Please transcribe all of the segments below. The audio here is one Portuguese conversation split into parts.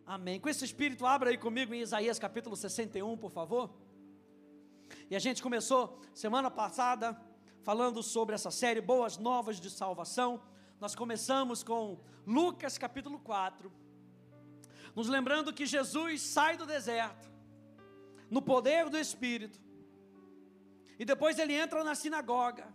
Amém. Com esse espírito, abra aí comigo em Isaías capítulo 61, por favor. E a gente começou semana passada falando sobre essa série Boas Novas de Salvação. Nós começamos com Lucas capítulo 4, nos lembrando que Jesus sai do deserto, no poder do Espírito, e depois ele entra na sinagoga,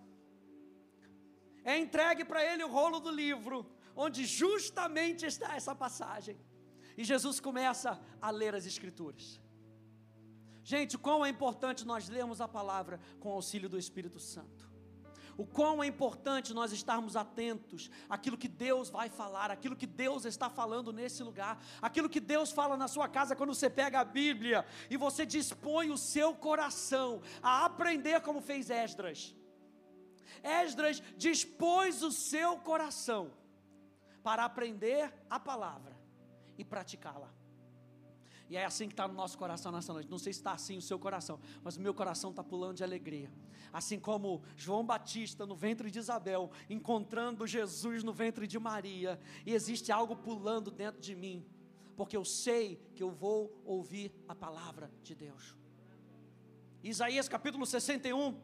é entregue para ele o rolo do livro, onde justamente está essa passagem, e Jesus começa a ler as Escrituras. Gente, o quão é importante nós lermos a palavra com o auxílio do Espírito Santo. O quão é importante nós estarmos atentos àquilo que Deus vai falar, àquilo que Deus está falando nesse lugar, aquilo que Deus fala na sua casa quando você pega a Bíblia e você dispõe o seu coração a aprender como fez Esdras. Esdras dispôs o seu coração para aprender a palavra e praticá-la. E é assim que está no nosso coração nessa noite. Não sei se está assim o seu coração, mas o meu coração está pulando de alegria. Assim como João Batista no ventre de Isabel, encontrando Jesus no ventre de Maria. E existe algo pulando dentro de mim, porque eu sei que eu vou ouvir a palavra de Deus. Isaías capítulo 61,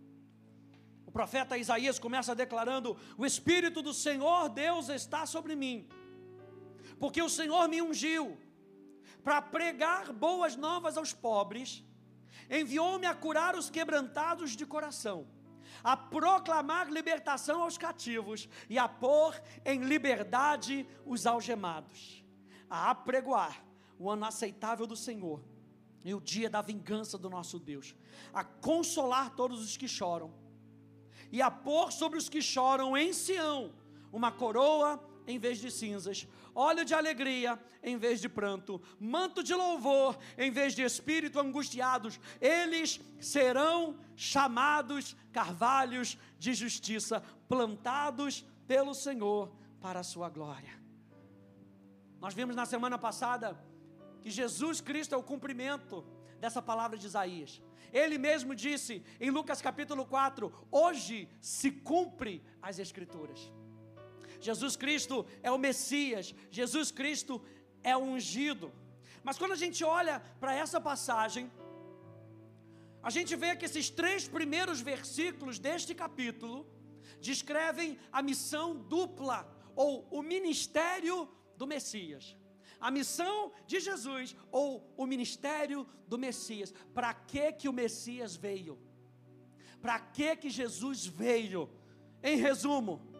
o profeta Isaías começa declarando: o Espírito do Senhor Deus está sobre mim, porque o Senhor me ungiu para pregar boas novas aos pobres, enviou-me a curar os quebrantados de coração, a proclamar libertação aos cativos e a pôr em liberdade os algemados, a apregoar o ano aceitável do Senhor e o dia da vingança do nosso Deus, a consolar todos os que choram e a pôr sobre os que choram em Sião uma coroa em vez de cinzas, óleo de alegria em vez de pranto, manto de louvor em vez de espírito angustiados. Eles serão chamados carvalhos de justiça, plantados pelo Senhor para a sua glória. Nós vimos na semana passada que Jesus Cristo é o cumprimento dessa palavra de Isaías. Ele mesmo disse em Lucas capítulo 4, hoje se cumpre as Escrituras. Jesus Cristo é o Messias, Jesus Cristo é o ungido. Mas quando a gente olha para essa passagem, a gente vê que esses 3 primeiros versículos deste capítulo descrevem a missão dupla, ou o ministério do Messias. A missão de Jesus, ou o ministério do Messias. Para que o Messias veio? Para que Jesus veio? Em resumo,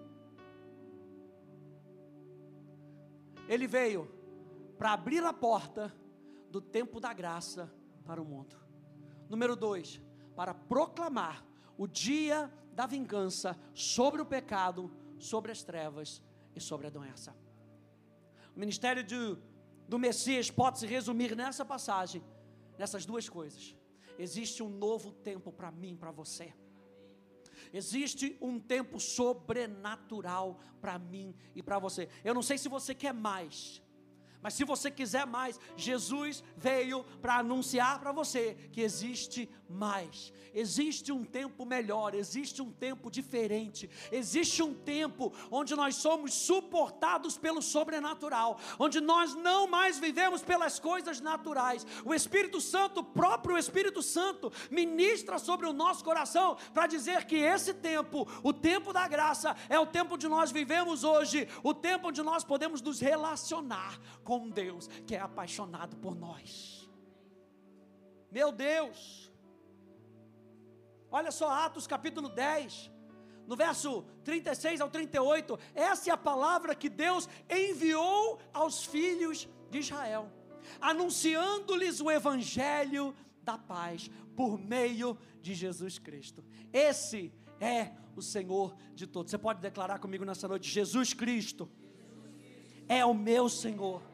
ele veio para abrir a porta do tempo da graça para o mundo. Número 2, para proclamar o dia da vingança sobre o pecado, sobre as trevas e sobre a doença. O ministério do Messias pode se resumir nessa passagem, nessas 2 coisas. Existe um novo tempo para mim, para você. Existe um tempo sobrenatural para mim e para você. Eu não sei se você quer mais, mas se você quiser mais, Jesus veio para anunciar para você que existe mais. Existe um tempo melhor, existe um tempo diferente, existe um tempo onde nós somos suportados pelo sobrenatural, onde nós não mais vivemos pelas coisas naturais. O Espírito Santo, o próprio Espírito Santo, ministra sobre o nosso coração para dizer que esse tempo, o tempo da graça, é o tempo onde nós vivemos hoje, o tempo onde nós podemos nos relacionar com um Deus que é apaixonado por nós. Meu Deus, olha só Atos capítulo 10, no verso 36 ao 38, essa é a palavra que Deus enviou aos filhos de Israel, anunciando-lhes o evangelho da paz, por meio de Jesus Cristo. Esse é o Senhor de todos. Você pode declarar comigo nessa noite: Jesus Cristo é o meu Senhor.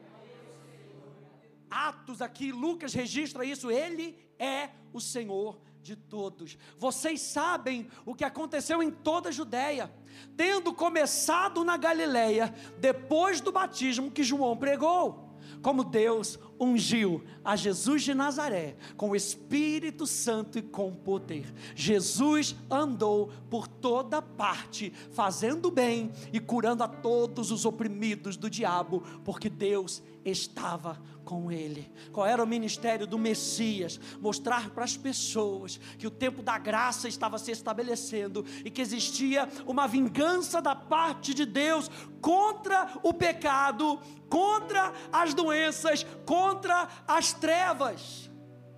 Atos aqui, Lucas registra isso, ele é o Senhor de todos. Vocês sabem o que aconteceu em toda a Judeia, tendo começado na Galileia, depois do batismo que João pregou, como Deus ungiu a Jesus de Nazaré com o Espírito Santo e com poder. Jesus andou por toda parte, fazendo bem e curando a todos os oprimidos do diabo, porque Deus estava com ele. Qual era o ministério do Messias? Mostrar para as pessoas que o tempo da graça estava se estabelecendo e que existia uma vingança da parte de Deus contra o pecado, contra as doenças, contra as trevas.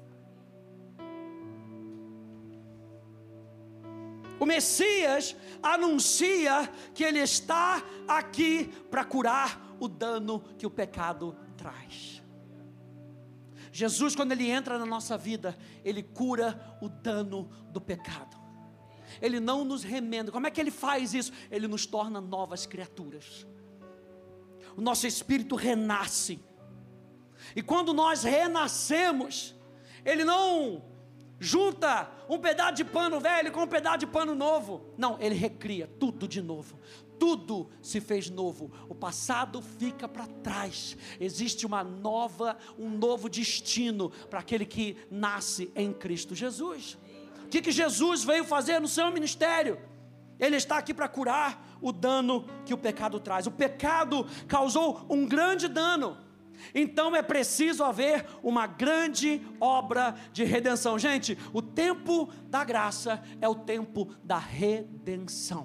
O Messias anuncia que ele está aqui para curar o dano que o pecado traz. Jesus, quando ele entra na nossa vida, ele cura o dano do pecado. Ele não nos remenda. Como é que ele faz isso? Ele nos torna novas criaturas. O nosso espírito renasce. E quando nós renascemos, ele não junta um pedaço de pano velho com um pedaço de pano novo. Não, ele recria tudo de novo. Tudo se fez novo. O passado fica para trás. Existe um novo destino para aquele que nasce em Cristo Jesus. O que Jesus veio fazer no seu ministério? Ele está aqui para curar o dano que o pecado traz. O pecado causou um grande dano. Então é preciso haver uma grande obra de redenção. Gente, o tempo da graça é o tempo da redenção.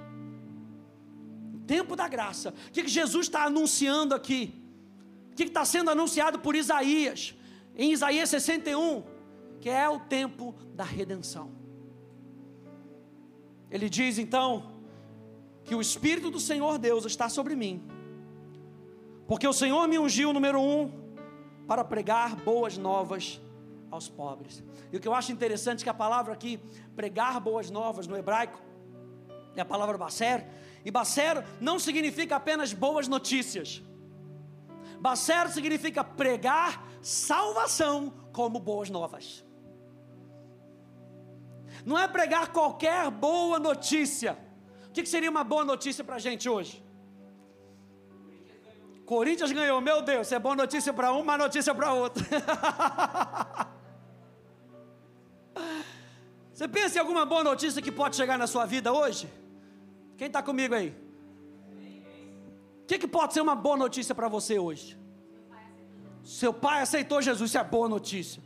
O tempo da graça. O que Jesus está anunciando aqui? O que está sendo anunciado por Isaías? Em Isaías 61, que é o tempo da redenção. Ele diz então que o Espírito do Senhor Deus está sobre mim, porque o Senhor me ungiu, número 1, para pregar boas novas aos pobres. E o que eu acho interessante é que a palavra aqui, pregar boas novas no hebraico, é a palavra baser, e baser não significa apenas boas notícias. Baser significa pregar salvação como boas novas. Não é pregar qualquer boa notícia. O que seria uma boa notícia para a gente hoje? Corinthians ganhou, meu Deus, isso é boa notícia para um, má notícia para outro. Você pensa em alguma boa notícia que pode chegar na sua vida hoje? Quem está comigo aí? O que pode ser uma boa notícia para você hoje? Seu pai aceitou Jesus, isso é boa notícia.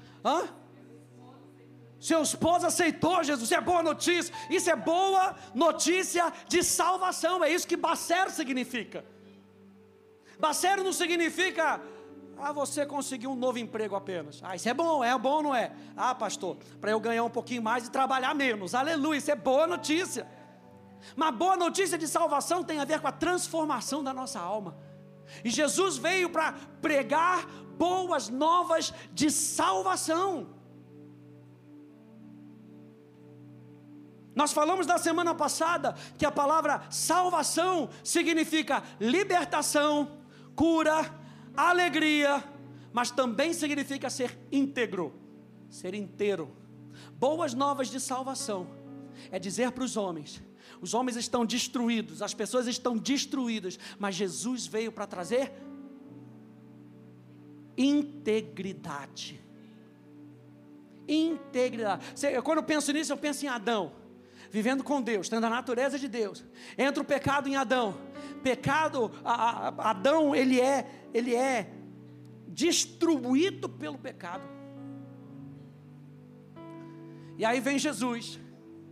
Seu esposo aceitou Jesus, isso é boa notícia. Isso é boa notícia de salvação. É isso que baser significa. Baser não significa você conseguiu um novo emprego apenas. Isso é bom ou não é? Pastor, para eu ganhar um pouquinho mais e trabalhar menos. Aleluia, isso é boa notícia. Mas boa notícia de salvação tem a ver com a transformação da nossa alma. E Jesus veio para pregar boas novas de salvação. Nós falamos na semana passada que a palavra salvação significa libertação, cura, alegria, mas também significa ser íntegro, ser inteiro. Boas novas de salvação é dizer para os homens estão destruídos, as pessoas estão destruídas, mas Jesus veio para trazer integridade. Integridade. Quando eu penso nisso, eu penso em Adão, vivendo com Deus, tendo a natureza de Deus. Entra o pecado em Adão. Adão, ele é destruído pelo pecado. E aí vem Jesus,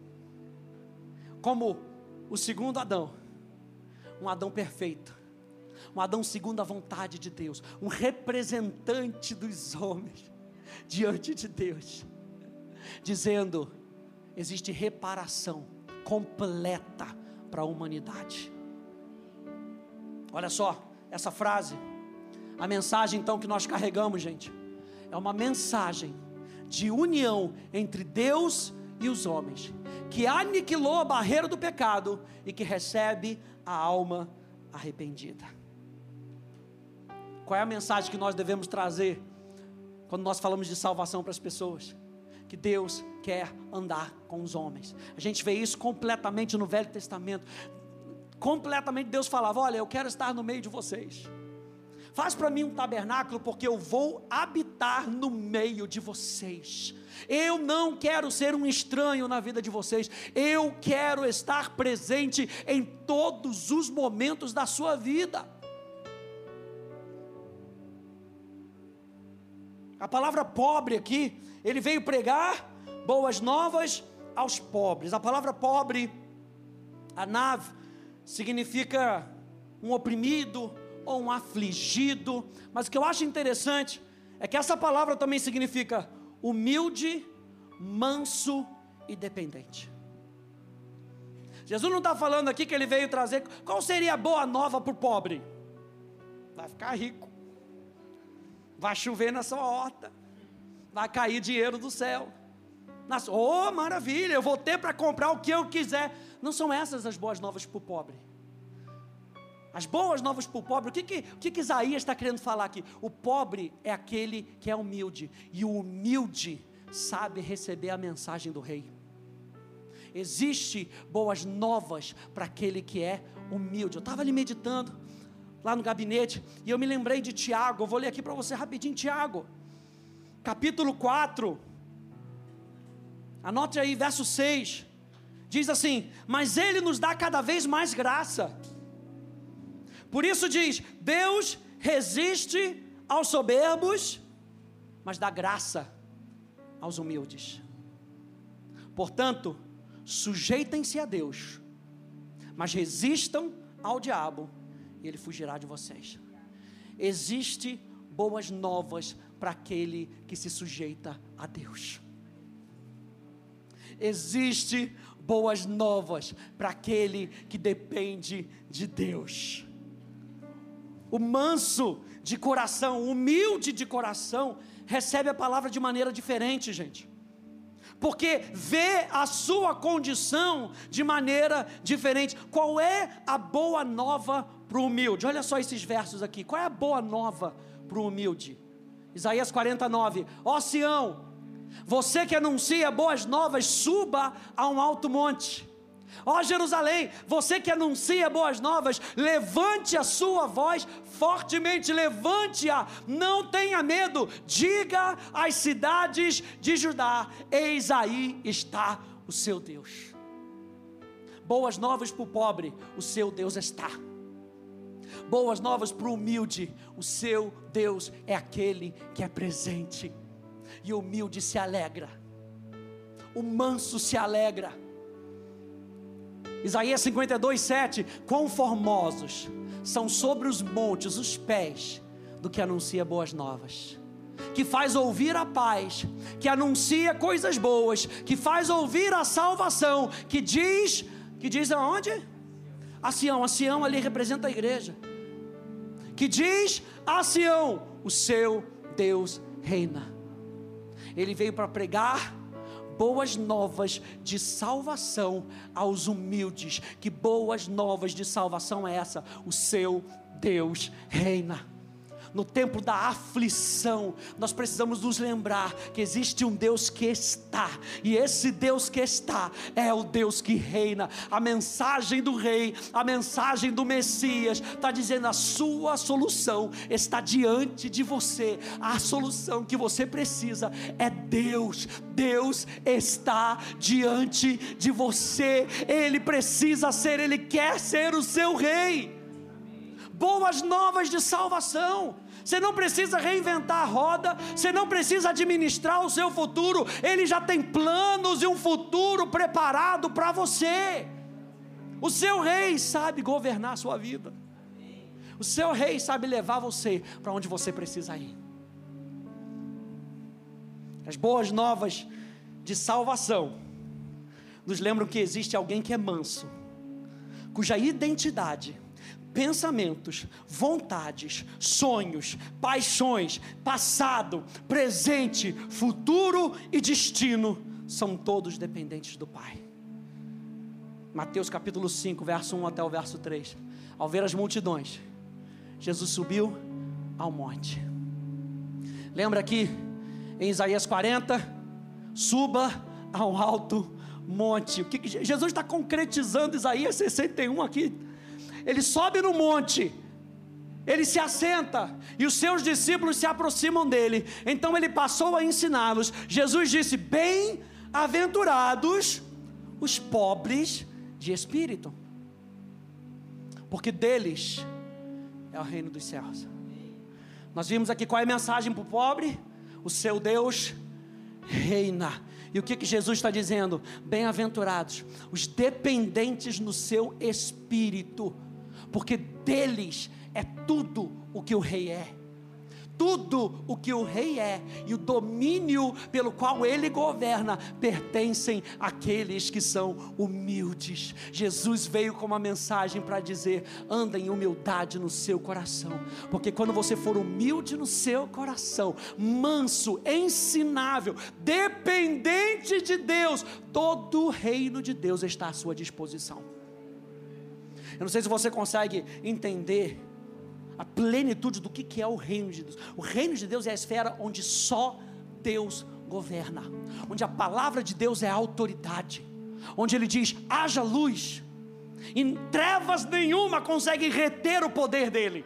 como o segundo Adão, um Adão perfeito, um Adão segundo a vontade de Deus, um representante dos homens, diante de Deus, dizendo, existe reparação completa para a humanidade. Olha só, essa frase, a mensagem então que nós carregamos, gente, é uma mensagem de união entre Deus e os homens, que aniquilou a barreira do pecado e que recebe a alma arrependida. Qual é a mensagem que nós devemos trazer quando nós falamos de salvação para as pessoas? Que Deus quer andar com os homens. A gente vê isso completamente no Velho Testamento. Completamente Deus falava, olha, eu quero estar no meio de vocês. faz para mim um tabernáculo, porque eu vou habitar no meio de vocês. Eu não quero ser um estranho na vida de vocês, eu quero estar presente em todos os momentos da sua vida. A palavra pobre aqui, ele veio pregar boas novas aos pobres. A palavra pobre, anav, significa um oprimido ou um afligido, mas o que eu acho interessante é que essa palavra também significa humilde, manso e dependente. Jesus não está falando aqui que ele veio trazer, qual seria a boa nova para o pobre? Vai ficar rico, vai chover na sua horta, vai cair dinheiro do céu, oh maravilha, eu vou ter para comprar o que eu quiser. Não são essas as boas novas para o pobre. As boas novas para o pobre, o que Isaías está querendo falar aqui? O pobre é aquele que é humilde, e o humilde sabe receber a mensagem do rei. Existe boas novas para aquele que é humilde. Eu estava ali meditando, lá no gabinete, e eu me lembrei de Tiago. Eu vou ler aqui para você rapidinho, Tiago, capítulo 4, anote aí, verso 6, diz assim: mas ele nos dá cada vez mais graça. Por isso diz, Deus resiste aos soberbos, mas dá graça aos humildes. Portanto, sujeitem-se a Deus, mas resistam ao diabo, e ele fugirá de vocês. Existe boas novas para aquele que se sujeita a Deus. Existe boas novas para aquele que depende de Deus. O manso de coração, humilde de coração, recebe a palavra de maneira diferente, gente, porque vê a sua condição de maneira diferente. Qual é a boa nova para o humilde? Olha só esses versos aqui. Qual é a boa nova para o humilde? Isaías 49, ó Sião, você que anuncia boas novas, suba a um alto monte. Ó Jerusalém, você que anuncia boas novas, levante a sua voz fortemente, levante-a, não tenha medo, diga às cidades de Judá, eis aí está o seu Deus. Boas novas para o pobre, o seu Deus está. Boas novas para o humilde, o seu Deus é aquele que é presente. E o humilde se alegra, o manso se alegra. Isaías 52, 7, quão formosos são sobre os montes os pés do que anuncia boas novas, que faz ouvir a paz, que anuncia coisas boas, que faz ouvir a salvação, que diz aonde? A Sião ali representa a igreja, que diz a Sião, o seu Deus reina. Ele veio para pregar boas novas de salvação aos humildes. Que boas novas de salvação é essa? O seu Deus reina. No tempo da aflição, nós precisamos nos lembrar que existe um Deus que está, e esse Deus que está é o Deus que reina. A mensagem do rei, a mensagem do Messias está dizendo: a sua solução está diante de você. A solução que você precisa é Deus. Deus está diante de você. Ele precisa ser, Ele quer ser o seu rei. Boas novas de salvação. Você não precisa reinventar a roda, você não precisa administrar o seu futuro. Ele já tem planos e um futuro preparado para você. O seu rei sabe governar a sua vida. O seu rei sabe levar você para onde você precisa ir. As boas novas de salvação nos lembram que existe alguém que é manso, cuja identidade, pensamentos, vontades, sonhos, paixões, passado, presente, futuro e destino são todos dependentes do Pai. Mateus capítulo 5, verso 1 até o verso 3. Ao ver as multidões, Jesus subiu ao monte. Lembra aqui em Isaías 40, suba a um alto monte. O que Jesus está concretizando? Isaías 61 aqui. Ele sobe no monte, ele se assenta e os seus discípulos se aproximam dele. Então ele passou a ensiná-los. Jesus disse: bem-aventurados os pobres de espírito, porque deles é o reino dos céus. Nós vimos aqui qual é a mensagem para o pobre: o seu Deus reina. E o que Jesus está dizendo? Bem-aventurados os dependentes no seu espírito, porque deles é tudo o que o rei é. Tudo o que o rei é e o domínio pelo qual ele governa pertencem àqueles que são humildes. Jesus veio com uma mensagem para dizer: anda em humildade no seu coração, porque quando você for humilde no seu coração, manso, ensinável, dependente de Deus, todo o reino de Deus está à sua disposição. Eu não sei se você consegue entender a plenitude do que é o reino de Deus. O reino de Deus é a esfera onde só Deus governa, onde a palavra de Deus é a autoridade, onde Ele diz: haja luz, e trevas nenhuma consegue reter o poder dEle.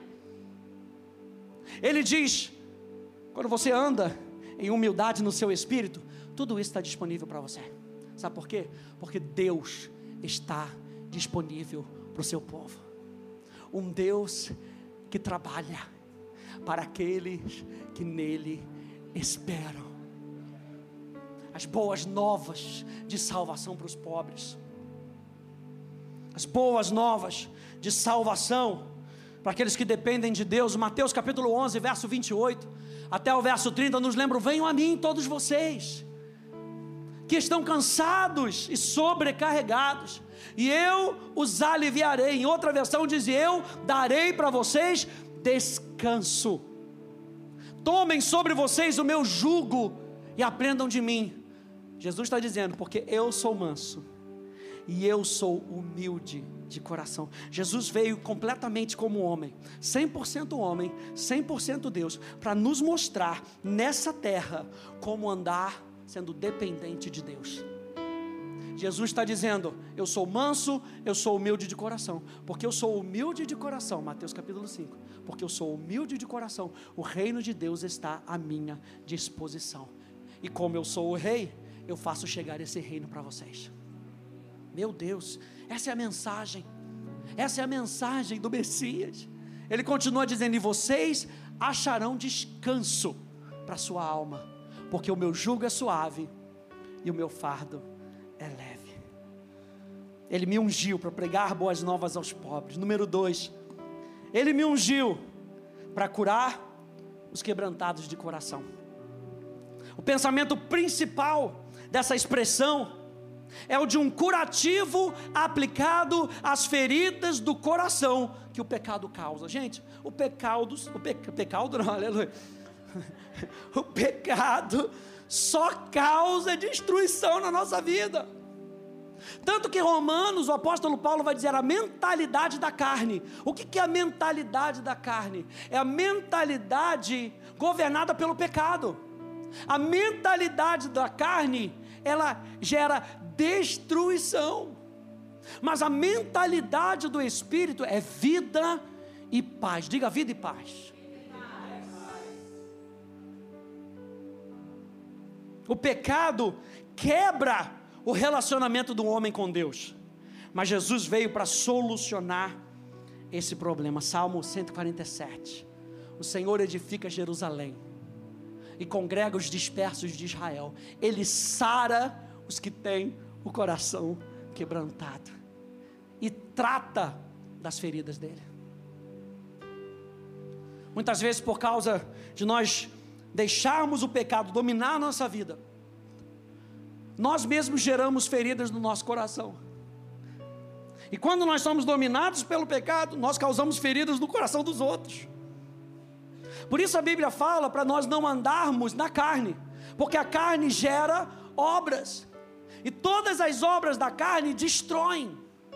Ele diz: quando você anda em humildade no seu espírito, tudo isso está disponível para você. Sabe por quê? Porque Deus está disponível para o seu povo. Um Deus que trabalha para aqueles que nele esperam. As boas novas de salvação para os pobres, as boas novas de salvação para aqueles que dependem de Deus. Mateus capítulo 11, verso 28 até o verso 30 nos lembra: venham a mim todos vocês que estão cansados e sobrecarregados, e eu os aliviarei. Em outra versão diz: eu darei para vocês descanso. Tomem sobre vocês o meu jugo e aprendam de mim. Jesus está dizendo: porque eu sou manso e eu sou humilde de coração. Jesus veio completamente como homem, 100% Deus, para nos mostrar nessa terra como andar sendo dependente de Deus. Jesus está dizendo: eu sou manso, eu sou humilde de coração. Porque eu sou humilde de coração, Mateus capítulo 5, porque eu sou humilde de coração, o reino de Deus está à minha disposição. E como eu sou o rei, eu faço chegar esse reino para vocês. Meu Deus, essa é a mensagem. Essa é a mensagem do Messias. Ele continua dizendo: e vocês acharão descanso para a sua alma, porque o meu jugo é suave e o meu fardo é leve. Ele me ungiu para pregar boas novas aos pobres. Número 2, Ele me ungiu para curar os quebrantados de coração. O pensamento principal dessa expressão é o de um curativo aplicado às feridas do coração que o pecado causa. Gente, o pecado só causa destruição na nossa vida. Tanto que Romanos, o apóstolo Paulo vai dizer a mentalidade da carne. O que é a mentalidade da carne? É a mentalidade governada pelo pecado. A mentalidade da carne, ela gera destruição. Mas a mentalidade do Espírito é vida e paz. Diga: vida e paz. O pecado quebra o relacionamento do homem com Deus, mas Jesus veio para solucionar esse problema. Salmo 147: o Senhor edifica Jerusalém e congrega os dispersos de Israel. Ele sara os que têm o coração quebrantado e trata das feridas dele. Muitas vezes, por causa de nós deixarmos o pecado dominar a nossa vida, nós mesmos geramos feridas no nosso coração. E quando nós somos dominados pelo pecado, nós causamos feridas no coração dos outros. Por isso a Bíblia fala para nós não andarmos na carne, porque a carne gera obras, e todas as obras da carne destroem.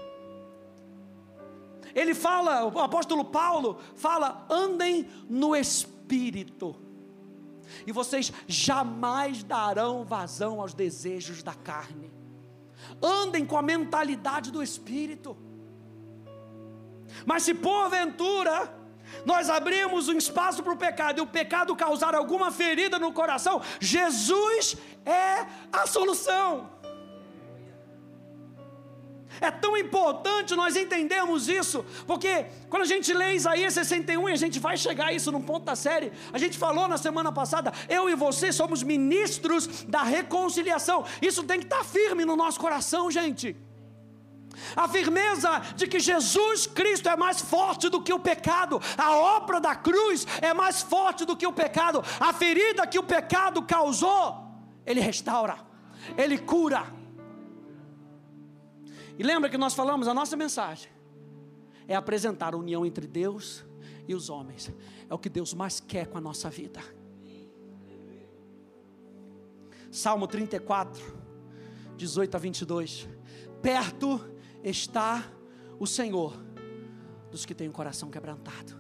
Ele fala, o apóstolo Paulo fala: andem no Espírito, e vocês jamais darão vazão aos desejos da carne. Andem com a mentalidade do Espírito. Mas se porventura nós abrimos um espaço para o pecado, e o pecado causar alguma ferida no coração, Jesus é a solução. É tão importante nós entendermos isso, porque quando a gente lê Isaías 61, e a gente vai chegar a isso num ponto da série, a gente falou na semana passada, eu e você somos ministros da reconciliação. Isso tem que estar firme no nosso coração, gente. A firmeza de que Jesus Cristo é mais forte do que o pecado, a obra da cruz é mais forte do que o pecado, a ferida que o pecado causou, Ele restaura, Ele cura. E lembra que nós falamos, a nossa mensagem é apresentar a união entre Deus e os homens. É o que Deus mais quer com a nossa vida. Salmo 34, 18 a 22. Perto está o Senhor dos que têm o coração quebrantado.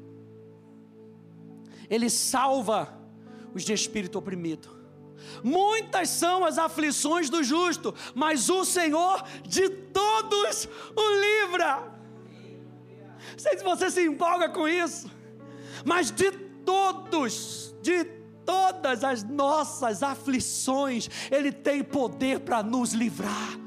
Ele salva os de espírito oprimido. Muitas são as aflições do justo, mas o Senhor de todos o livra. Não sei se você se empolga com isso, mas de todas as nossas aflições, Ele tem poder para nos livrar.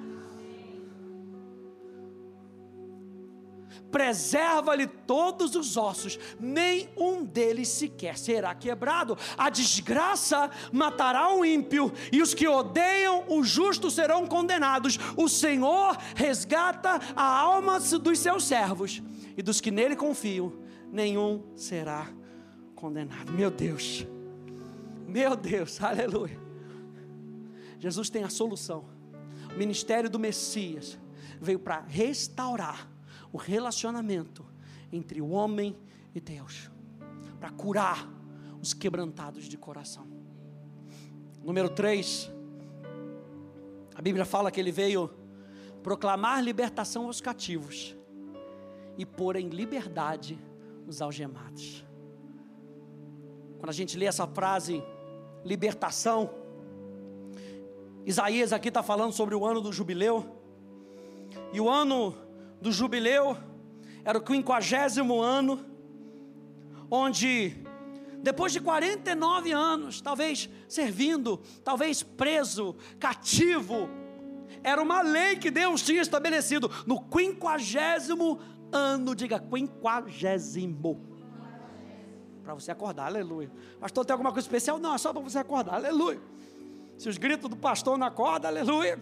Preserva-lhe todos os ossos, nem um deles sequer será quebrado. A desgraça matará o ímpio, e os que odeiam o justo serão condenados. O Senhor resgata a alma dos seus servos, e dos que nele confiam, nenhum será condenado. Meu Deus, aleluia. Jesus tem a solução. O ministério do Messias veio para restaurar o relacionamento entre o homem e Deus, para curar os quebrantados de coração. Número 3, a Bíblia fala que Ele veio proclamar libertação aos cativos e pôr em liberdade os algemados. Quando a gente lê essa frase, libertação, Isaías aqui está falando sobre o ano do jubileu, e o ano do jubileu era o 50º ano, onde depois de 49 anos, talvez servindo, talvez preso, cativo, era uma lei que Deus tinha estabelecido. No 50º ano, diga 50º, para você acordar, aleluia. Pastor, tem alguma coisa especial? Não, é só para você acordar, aleluia. Se os gritos do pastor não acordam, aleluia.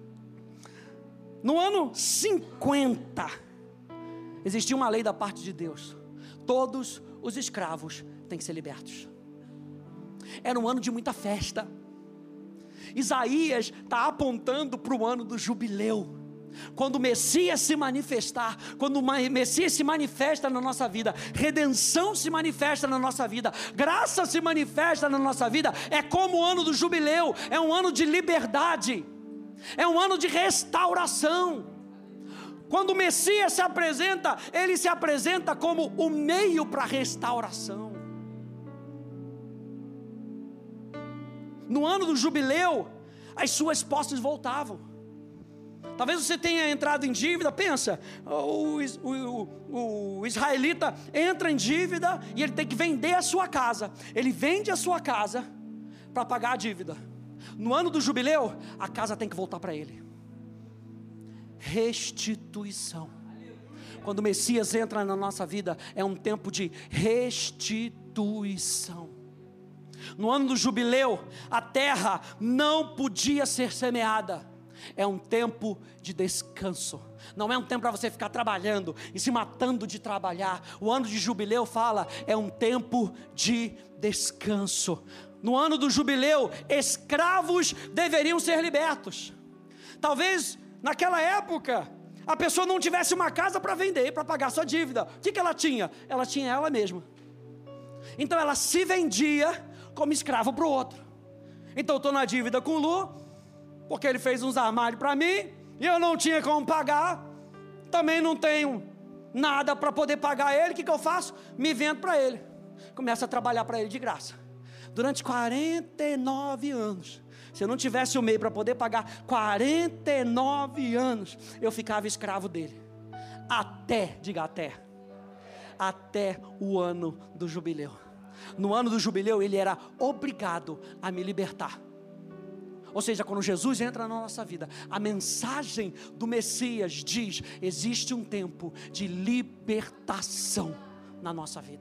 No ano 50, existia uma lei da parte de Deus: todos os escravos têm que ser libertos. Era um ano de muita festa. Isaías está apontando para o ano do jubileu, quando o Messias se manifestar, quando o Messias se manifesta na nossa vida, redenção se manifesta na nossa vida, graça se manifesta na nossa vida. É como o ano do jubileu, é um ano de liberdade, é um ano de restauração. Quando o Messias se apresenta, Ele se apresenta como o meio para a restauração. No ano do jubileu, as suas posses voltavam. Talvez você tenha entrado em dívida. Pensa, o israelita entra em dívida e ele tem que vender a sua casa. Ele vende a sua casa para pagar a dívida. No ano do jubileu, a casa tem que voltar para ele. Restituição. Quando o Messias entra na nossa vida, é um tempo de restituição. No ano do jubileu, a terra não podia ser semeada. É um tempo de descanso. Não é um tempo para você ficar trabalhando e se matando de trabalhar. O ano de jubileu fala, é um tempo de descanso. No ano do jubileu, escravos deveriam ser libertos. Talvez naquela época a pessoa não tivesse uma casa para vender, para pagar sua dívida. O que ela tinha? Ela tinha ela mesma. Então ela se vendia como escravo para o outro. Então eu estou na dívida com o Lu, porque ele fez uns armários para mim, e eu não tinha como pagar, também não tenho nada para poder pagar ele. O que eu faço? Me vendo para ele, começo a trabalhar para ele de graça, durante 49 anos, se eu não tivesse o meio para poder pagar, 49 anos, eu ficava escravo dele, até o ano do jubileu. No ano do jubileu ele era obrigado a me libertar. Ou seja, quando Jesus entra na nossa vida, a mensagem do Messias diz: existe um tempo de libertação na nossa vida.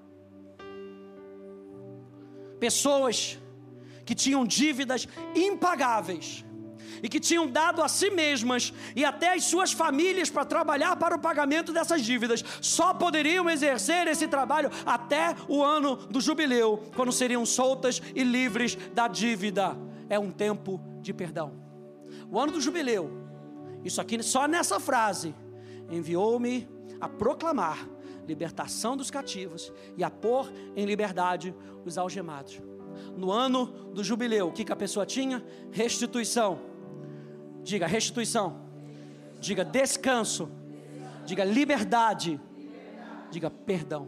Pessoas que tinham dívidas impagáveis e que tinham dado a si mesmas e até as suas famílias para trabalhar para o pagamento dessas dívidas, só poderiam exercer esse trabalho até o ano do jubileu, quando seriam soltas e livres da dívida. É um tempo de perdão. O ano do jubileu, isso aqui só nessa frase: enviou-me a proclamar libertação dos cativos e a pôr em liberdade os algemados. No ano do jubileu, o que a pessoa tinha? Restituição. Diga restituição. Diga descanso. Diga liberdade. Diga perdão.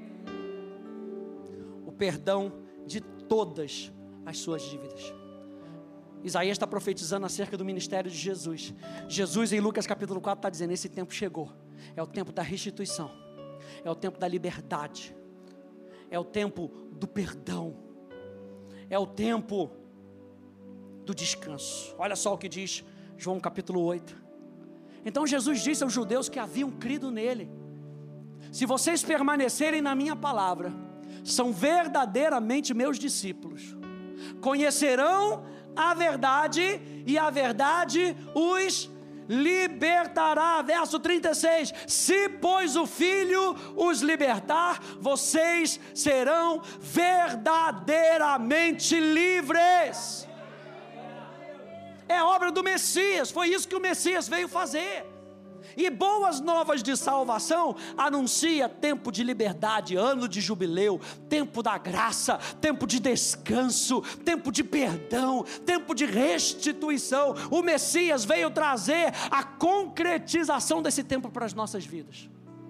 O perdão de todas as suas dívidas. Isaías está profetizando acerca do ministério de Jesus. Jesus, em Lucas capítulo 4, está dizendo: esse tempo chegou. É o tempo da restituição. É o tempo da liberdade. É o tempo do perdão. É o tempo do descanso. Olha só o que diz João capítulo 8. Então Jesus disse aos judeus que haviam crido nele: se vocês permanecerem na minha palavra, são verdadeiramente meus discípulos, conhecerão a verdade e a verdade os libertará. Verso 36: se pois o Filho os libertar, vocês serão verdadeiramente livres. É obra do Messias, foi isso que o Messias veio fazer. E boas novas de salvação anuncia tempo de liberdade, ano de jubileu, tempo da graça, tempo de descanso, tempo de perdão, tempo de restituição. O Messias veio trazer a concretização desse tempo para as nossas vidas.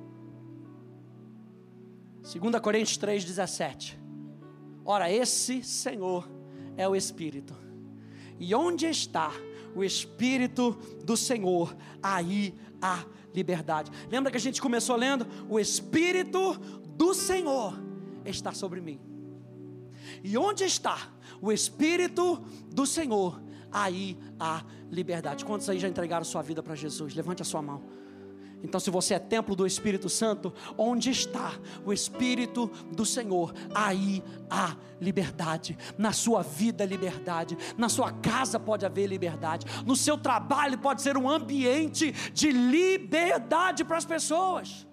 2 Coríntios 3,17. Ora, esse Senhor é o Espírito, e onde está o Espírito do Senhor, aí há liberdade. Lembra que a gente começou lendo? O Espírito do Senhor está sobre mim. E onde está o Espírito do Senhor, aí há liberdade. Quantos aí já entregaram sua vida para Jesus? Levante a sua mão. Então, se você é templo do Espírito Santo, onde está o Espírito do Senhor, aí há liberdade. Na sua vida, liberdade. Na sua casa pode haver liberdade. No seu trabalho pode ser um ambiente de liberdade para as pessoas.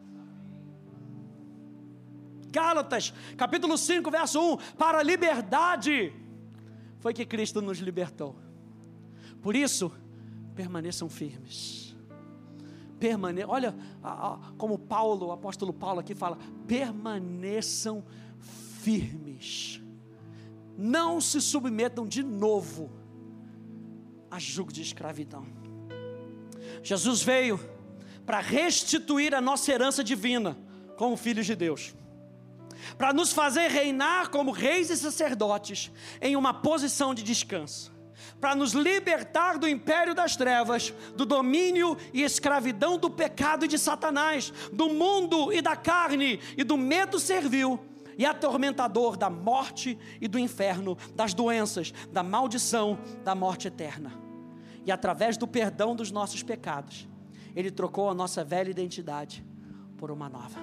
Gálatas, capítulo 5, verso 1. Para a liberdade foi que Cristo nos libertou. Por isso, permaneçam firmes. Olha como Paulo, o apóstolo Paulo aqui fala: permaneçam firmes, não se submetam de novo a jugo de escravidão. Jesus veio para restituir a nossa herança divina como filhos de Deus, para nos fazer reinar como reis e sacerdotes em uma posição de descanso, para nos libertar do império das trevas, do domínio e escravidão do pecado e de Satanás, do mundo e da carne e do medo servil e atormentador da morte e do inferno, das doenças, da maldição, da morte eterna. E através do perdão dos nossos pecados, Ele trocou a nossa velha identidade por uma nova.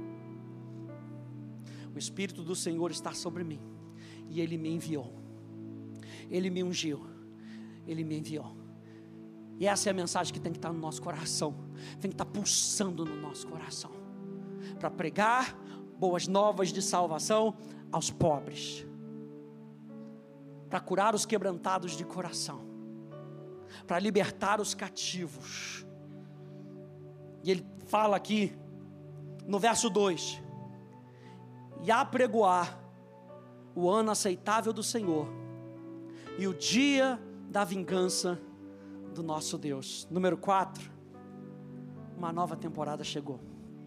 O Espírito do Senhor está sobre mim, e Ele me enviou, Ele me ungiu, Ele me enviou. E essa é a mensagem que tem que estar no nosso coração, tem que estar pulsando no nosso coração, para pregar boas novas de salvação aos pobres, para curar os quebrantados de coração, para libertar os cativos. E ele fala aqui no verso 2: e apregoar o ano aceitável do Senhor e o dia da vingança do nosso Deus. Número 4, uma nova temporada chegou.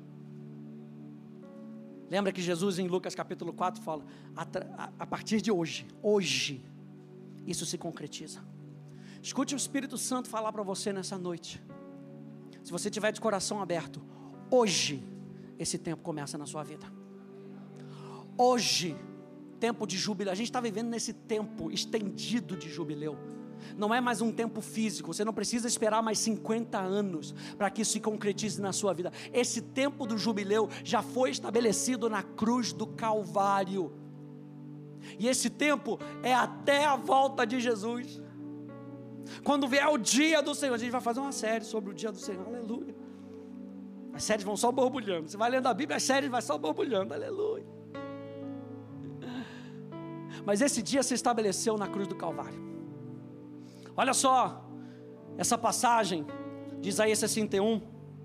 Lembra que Jesus em Lucas capítulo 4 fala: a partir de hoje, isso se concretiza. Escute o Espírito Santo falar para você nessa noite. Se você tiver de coração aberto, hoje esse tempo começa na sua vida. Hoje, tempo de jubileu, a gente está vivendo nesse tempo estendido de jubileu. Não é mais um tempo físico, você não precisa esperar mais 50 anos para que isso se concretize na sua vida. Esse tempo do jubileu já foi estabelecido na cruz do Calvário, e esse tempo é até a volta de Jesus. Quando vier o dia do Senhor, a gente vai fazer uma série sobre o dia do Senhor, aleluia. As séries vão só borbulhando, você vai lendo a Bíblia, as séries vão só borbulhando, aleluia. Mas esse dia se estabeleceu na cruz do Calvário. Olha só, essa passagem de Isaías 61,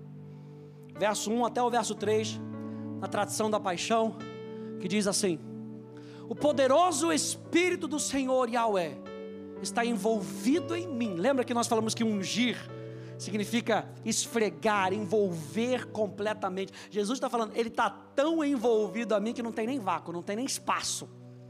verso 1 até o verso 3, na tradição da paixão, que diz assim: o poderoso Espírito do Senhor Yahweh está envolvido em mim. Lembra que nós falamos que ungir significa esfregar, envolver completamente. Jesus está falando, ele está tão envolvido a mim que não tem nem vácuo, não tem nem espaço.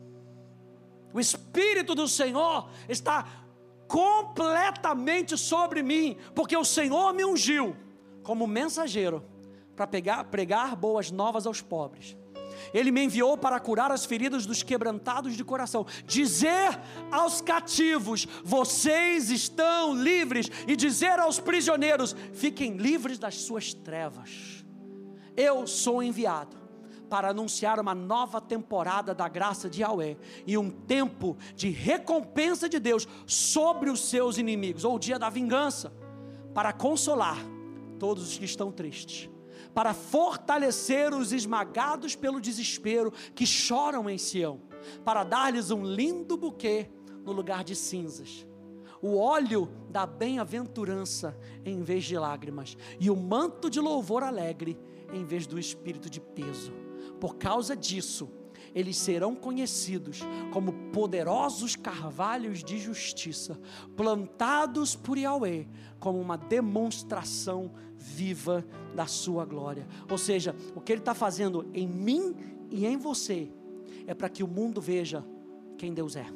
O Espírito do Senhor está completamente sobre mim, porque o Senhor me ungiu como mensageiro para pregar boas novas aos pobres. Ele me enviou para curar as feridas dos quebrantados de coração, dizer aos cativos, vocês estão livres, e dizer aos prisioneiros, fiquem livres das suas trevas. Eu sou enviado para anunciar uma nova temporada da graça de Yahweh, e um tempo de recompensa de Deus sobre os seus inimigos, ou o dia da vingança, para consolar todos os que estão tristes, para fortalecer os esmagados pelo desespero, que choram em Sião, para dar-lhes um lindo buquê no lugar de cinzas, o óleo da bem-aventurança em vez de lágrimas, e o manto de louvor alegre em vez do espírito de peso. Por causa disso, eles serão conhecidos como poderosos carvalhos de justiça, plantados por Yahweh, como uma demonstração viva da sua glória. Ou seja, o que ele está fazendo em mim e em você, é para que o mundo veja quem Deus é.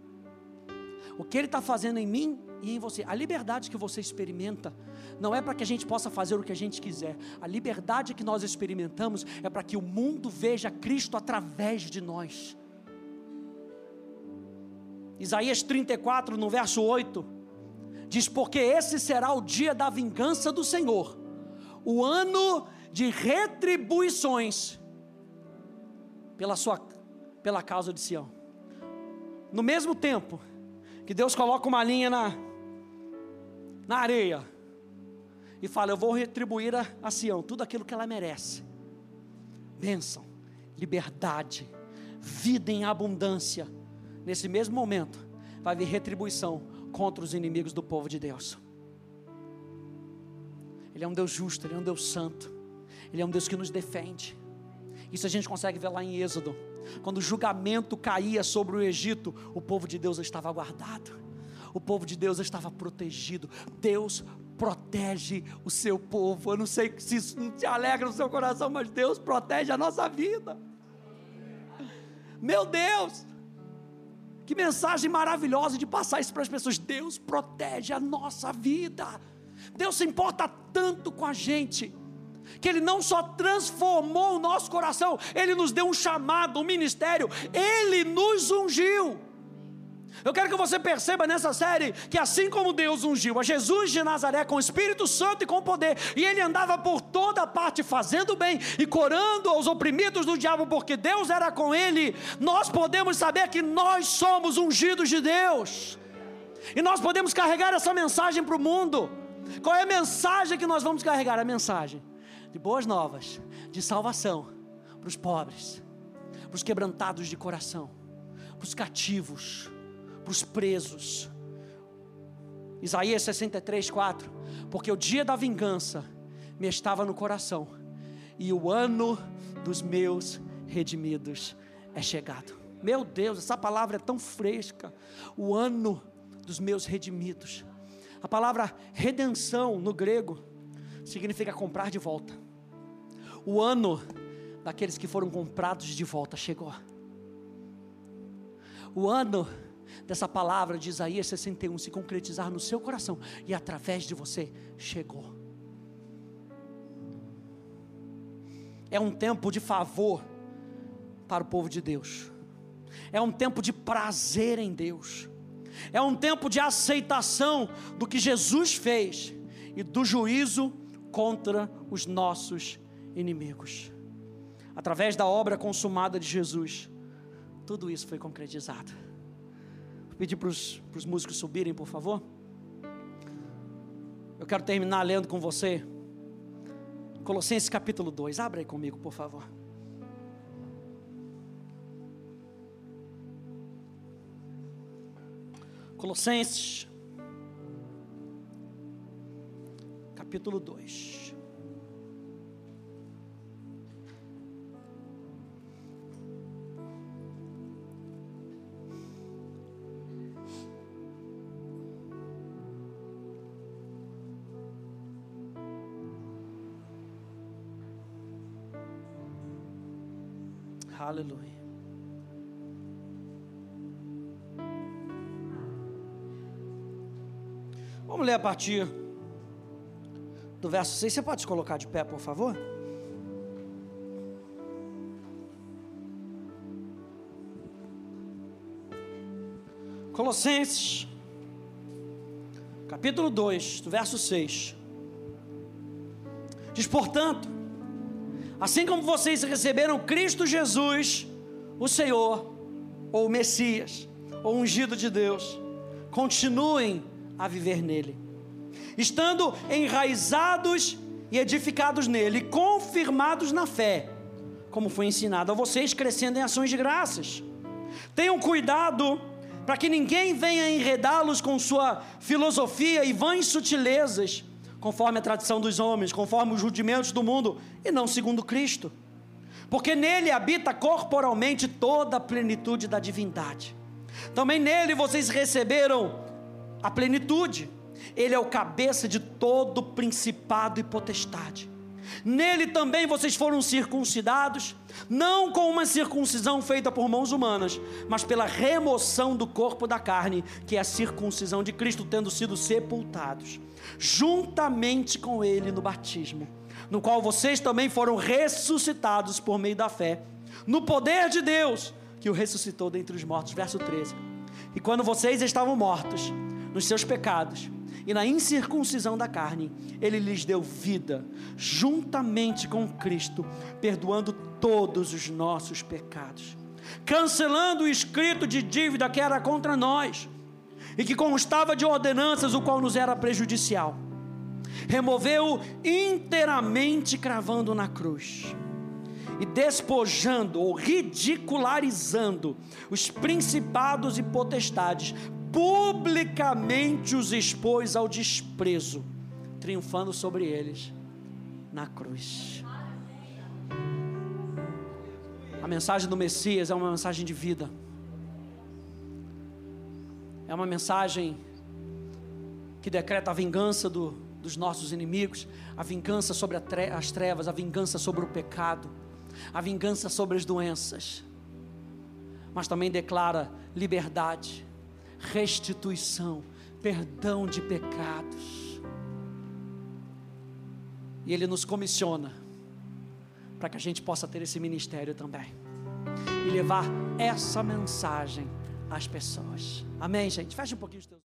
O que ele está fazendo em mim e em você, a liberdade que você experimenta, não é para que a gente possa fazer o que a gente quiser. A liberdade que nós experimentamos é para que o mundo veja Cristo através de nós. Isaías 34, no verso 8, diz: porque esse será o dia da vingança do Senhor, o ano de retribuições pela causa de Sião. No mesmo tempo que Deus coloca uma linha na areia e fala, eu vou retribuir a Sião tudo aquilo que ela merece: bênção, liberdade, vida em abundância. Nesse mesmo momento vai vir retribuição contra os inimigos do povo de Deus. Ele é um Deus justo, Ele é um Deus santo, Ele é um Deus que nos defende. Isso a gente consegue ver lá em Êxodo. Quando o julgamento caía sobre o Egito, o povo de Deus estava guardado, o povo de Deus estava protegido. Deus protege o seu povo. Eu não sei se isso não te alegra no seu coração, mas Deus protege a nossa vida. Meu Deus, que mensagem maravilhosa de passar isso para as pessoas. Deus protege a nossa vida. Deus se importa tanto com a gente, que Ele não só transformou o nosso coração, Ele nos deu um chamado, um ministério, Ele nos ungiu. Eu quero que você perceba nessa série, que assim como Deus ungiu a Jesus de Nazaré com o Espírito Santo e com poder, e Ele andava por toda parte fazendo bem e curando aos oprimidos do diabo, porque Deus era com Ele, nós podemos saber que nós somos ungidos de Deus, e nós podemos carregar essa mensagem para o mundo. Qual é a mensagem que nós vamos carregar? A mensagem de boas novas, de salvação para os pobres, para os quebrantados de coração, para os cativos, para os presos. Isaías 63, 4, porque o dia da vingança me estava no coração, e o ano dos meus redimidos é chegado. Meu Deus, essa palavra é tão fresca. O ano dos meus redimidos. A palavra redenção no grego significa comprar de volta. O ano daqueles que foram comprados de volta chegou. O ano dessa palavra de Isaías 61 se concretizar no seu coração e através de você, chegou. é um tempo de favor para o povo de Deus, é um tempo de prazer em Deus, é um tempo de aceitação do que Jesus fez e do juízo contra os nossos inimigos. Através da obra consumada de Jesus, tudo isso foi concretizado. Vou pedir para os músicos subirem, por favor. Eu quero terminar lendo com você Colossenses capítulo 2, abra aí comigo, por favor. Colossenses capítulo 2. Aleluia. Vamos ler a partir do verso 6. Você pode se colocar de pé, por favor? Colossenses capítulo 2, do verso 6. Diz: portanto, assim como vocês receberam Cristo Jesus, o Senhor, ou o Messias, ou ungido de Deus, continuem a viver nele, estando enraizados e edificados nele, confirmados na fé, como foi ensinado a vocês, crescendo em ações de graças. Tenham cuidado para que ninguém venha enredá-los com sua filosofia e vãs sutilezas, conforme a tradição dos homens, conforme os rudimentos do mundo, e não segundo Cristo, porque nele habita corporalmente toda a plenitude da divindade. Também nele vocês receberam a plenitude. Ele é o cabeça de todo principado e potestade. Nele também vocês foram circuncidados, não com uma circuncisão feita por mãos humanas, mas pela remoção do corpo da carne, que é a circuncisão de Cristo, tendo sido sepultados juntamente com ele no batismo, no qual vocês também foram ressuscitados por meio da fé, no poder de Deus, que o ressuscitou dentre os mortos. Verso 13. E quando vocês estavam mortos nos seus pecados e na incircuncisão da carne, ele lhes deu vida, juntamente com Cristo, perdoando todos os nossos pecados, cancelando o escrito de dívida que era contra nós, e que constava de ordenanças, o qual nos era prejudicial. Removeu-o inteiramente, cravando na cruz, e despojando ou ridicularizando os principados e potestades, publicamente os expôs ao desprezo, triunfando sobre eles na cruz. A mensagem do Messias é uma mensagem de vida, é uma mensagem que decreta a vingança dos nossos inimigos, a vingança sobre as trevas, a vingança sobre o pecado, a vingança sobre as doenças, mas também declara liberdade, restituição, perdão de pecados. E Ele nos comissiona para que a gente possa ter esse ministério também e levar essa mensagem às pessoas. Amém, gente? Feche um pouquinho os teus